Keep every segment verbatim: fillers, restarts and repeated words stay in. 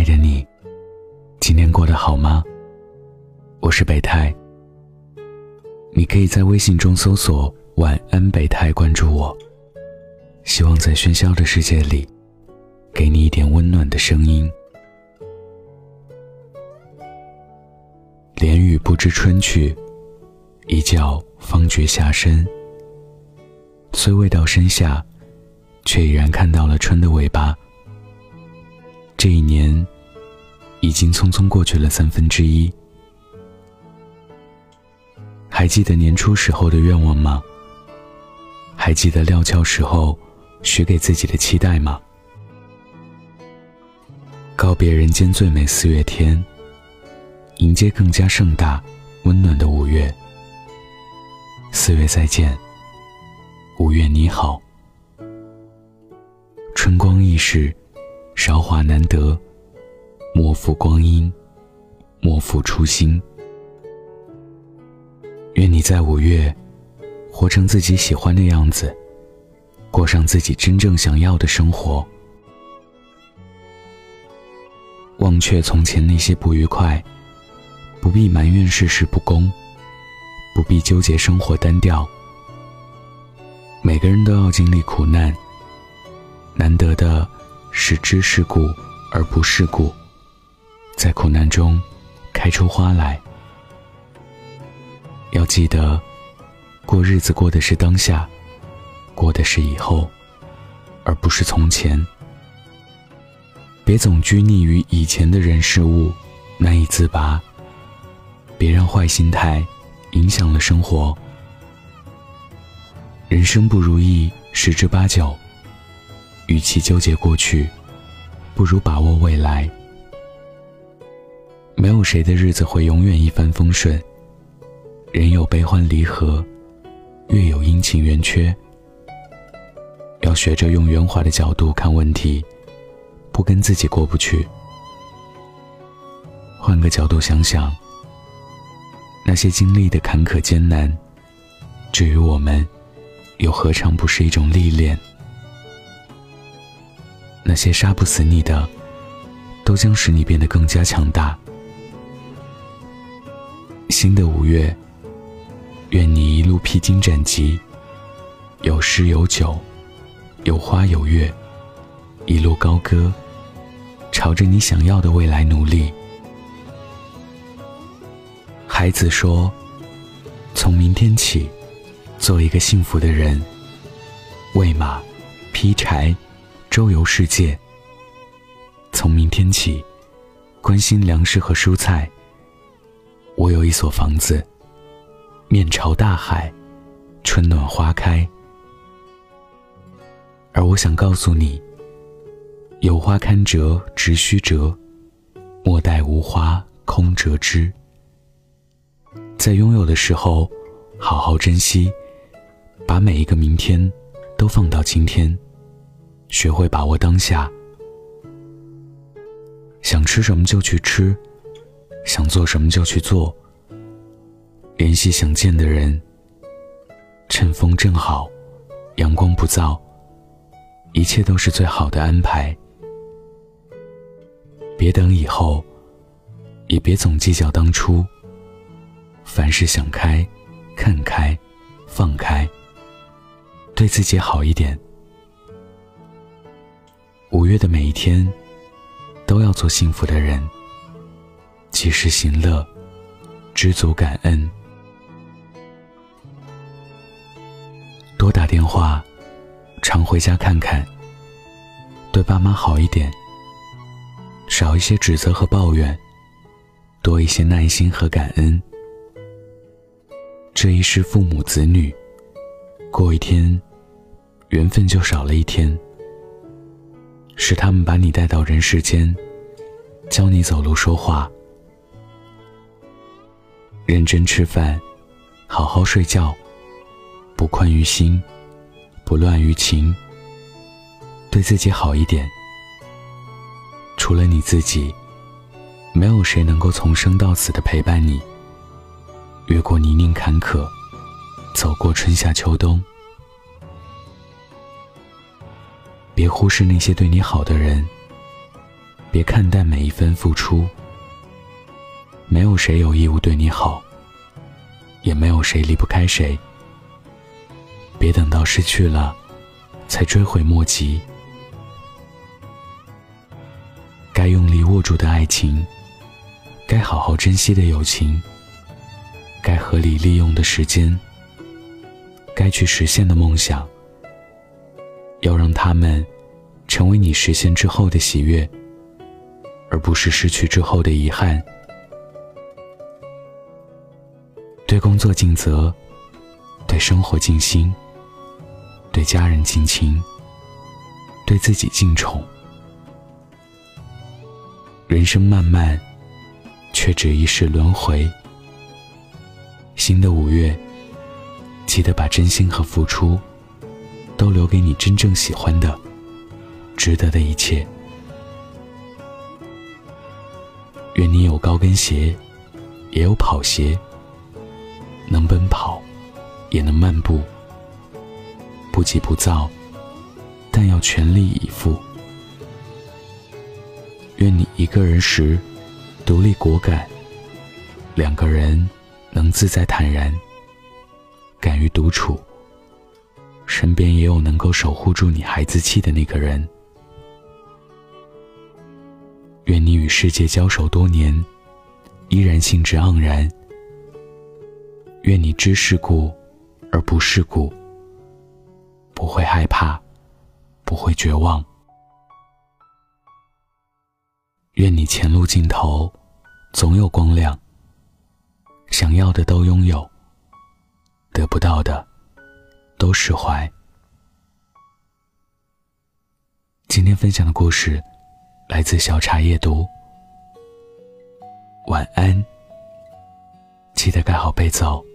的你，今天过得好吗？我是北太，你可以在微信中搜索晚安北太关注我，希望在喧嚣的世界里给你一点温暖的声音。连雨不知春去，一觉方觉夏深。虽未到深夏，却已然看到了春的尾巴。这一年已经匆匆过去了三分之一。还记得年初时候的愿望吗？还记得料峭时候许给自己的期待吗？告别人间最美四月天，迎接更加盛大温暖的五月。四月再见，五月你好。春光易逝，韶华难得，莫负光阴，莫负初心。愿你在五月活成自己喜欢的样子，过上自己真正想要的生活。忘却从前那些不愉快，不必埋怨世事不公，不必纠结生活单调。每个人都要经历苦难，难得的是知世故而不世故，在苦难中开出花来。要记得，过日子过的是当下，过的是以后，而不是从前。别总拘泥于以前的人事物，难以自拔。别让坏心态影响了生活。人生不如意十之八九，与其纠结过去，不如把握未来。没有谁的日子会永远一帆风顺，人有悲欢离合，月有阴晴圆缺。要学着用圆滑的角度看问题，不跟自己过不去。换个角度想想，那些经历的坎坷艰难，至于我们，又何尝不是一种历练？那些杀不死你的，都将使你变得更加强大。新的五月，愿你一路披荆斩棘，有诗有酒，有花有月，一路高歌，朝着你想要的未来努力。孩子说，从明天起，做一个幸福的人，喂马，劈柴，周游世界。从明天起，关心粮食和蔬菜。我有一所房子，面朝大海，春暖花开。而我想告诉你，有花堪折直须折，莫待无花空折枝。在拥有的时候好好珍惜，把每一个明天都放到今天，学会把握当下。想吃什么就去吃，想做什么就去做。联系想见的人，趁风正好，阳光不燥，一切都是最好的安排。别等以后，也别总计较当初。凡事想开，看开，放开，对自己好一点。五月的每一天，都要做幸福的人，及时行乐，知足感恩。多打电话，常回家看看，对爸妈好一点，少一些指责和抱怨，多一些耐心和感恩。这一世父母子女，过一天，缘分就少了一天。是他们把你带到人世间，教你走路说话。认真吃饭，好好睡觉，不困于心，不乱于情。对自己好一点。除了你自己，没有谁能够从生到死的陪伴你，越过泥泞坎坷，走过春夏秋冬。别忽视那些对你好的人， 别看淡每一分付出。没有谁有义务对你好，也没有谁离不开谁。别等到失去了才追悔莫及。该用力握住的爱情，该好好珍惜的友情，该合理利用的时间，该去实现的梦想，要让他们成为你实现之后的喜悦，而不是失去之后的遗憾。对工作尽责，对生活尽心，对家人尽情，对自己尽宠。人生漫漫，却只一世轮回。新的五月，记得把真心和付出都留给你真正喜欢的、值得的一切。愿你有高跟鞋，也有跑鞋，能奔跑，也能漫步，不急不躁，但要全力以赴。愿你一个人时独立果敢，两个人能自在坦然，敢于独处，身边也有能够守护住你孩子气的那个人。愿你与世界交手多年，依然兴致盎然。愿你知世故而不世故，不会害怕，不会绝望。愿你前路尽头总有光亮，想要的都拥有，得不到的都释怀。今天分享的故事来自小茶夜读。晚安，记得盖好被子哦。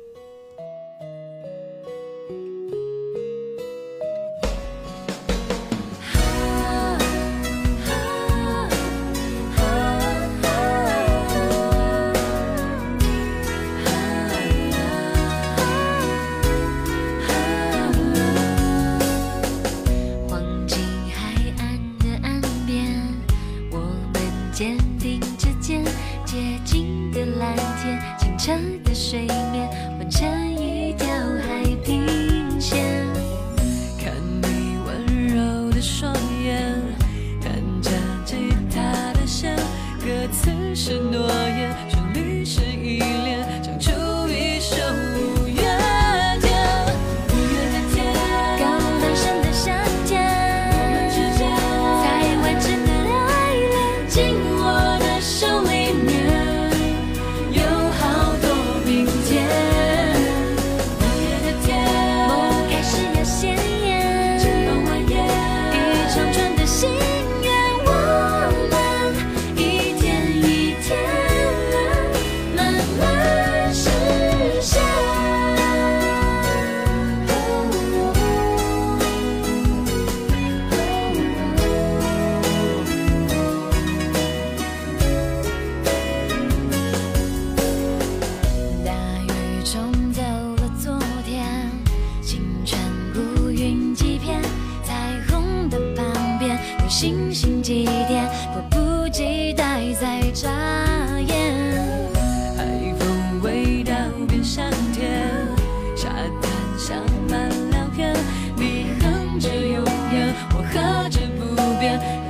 肩顶之间，洁净的蓝天，清澈的水面，换成一条海平线。看你温柔的双眼，弹着吉他的弦，歌词是诺言，旋律是依恋，唱出一首五月天。五月的天，刚诞生的夏天，我们之间才完整的爱恋。今我的手里面有好多明天。五月的天，梦开始要鲜艳，翅膀花叶，一长串的心愿，我们一天一天慢慢实现。大雨冲走了昨天，清晨乌云几片，彩虹的旁边有星星几点，迫不及待在眨眼。海风味道变香甜，沙滩上满聊天，你哼着永远，我和着不变。